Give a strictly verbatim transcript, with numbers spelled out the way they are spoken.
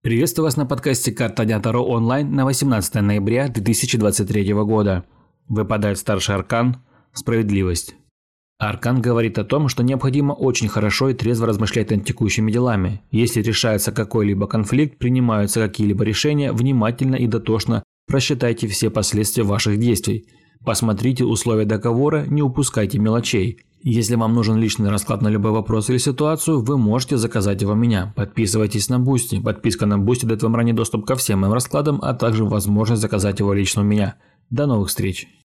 Приветствую вас на подкасте «Карта Дня Таро онлайн» на восемнадцатое ноября две тысячи двадцать третьего года. Выпадает старший аркан «Справедливость». Аркан говорит о том, что необходимо очень хорошо и трезво размышлять над текущими делами. Если решается какой-либо конфликт, принимаются какие-либо решения, внимательно и дотошно просчитайте все последствия ваших действий. Посмотрите условия договора, не упускайте мелочей. Если вам нужен личный расклад на любой вопрос или ситуацию, вы можете заказать его у меня. Подписывайтесь на Boosty. Подписка на Boosty дает вам ранний доступ ко всем моим раскладам, а также возможность заказать его лично у меня. До новых встреч!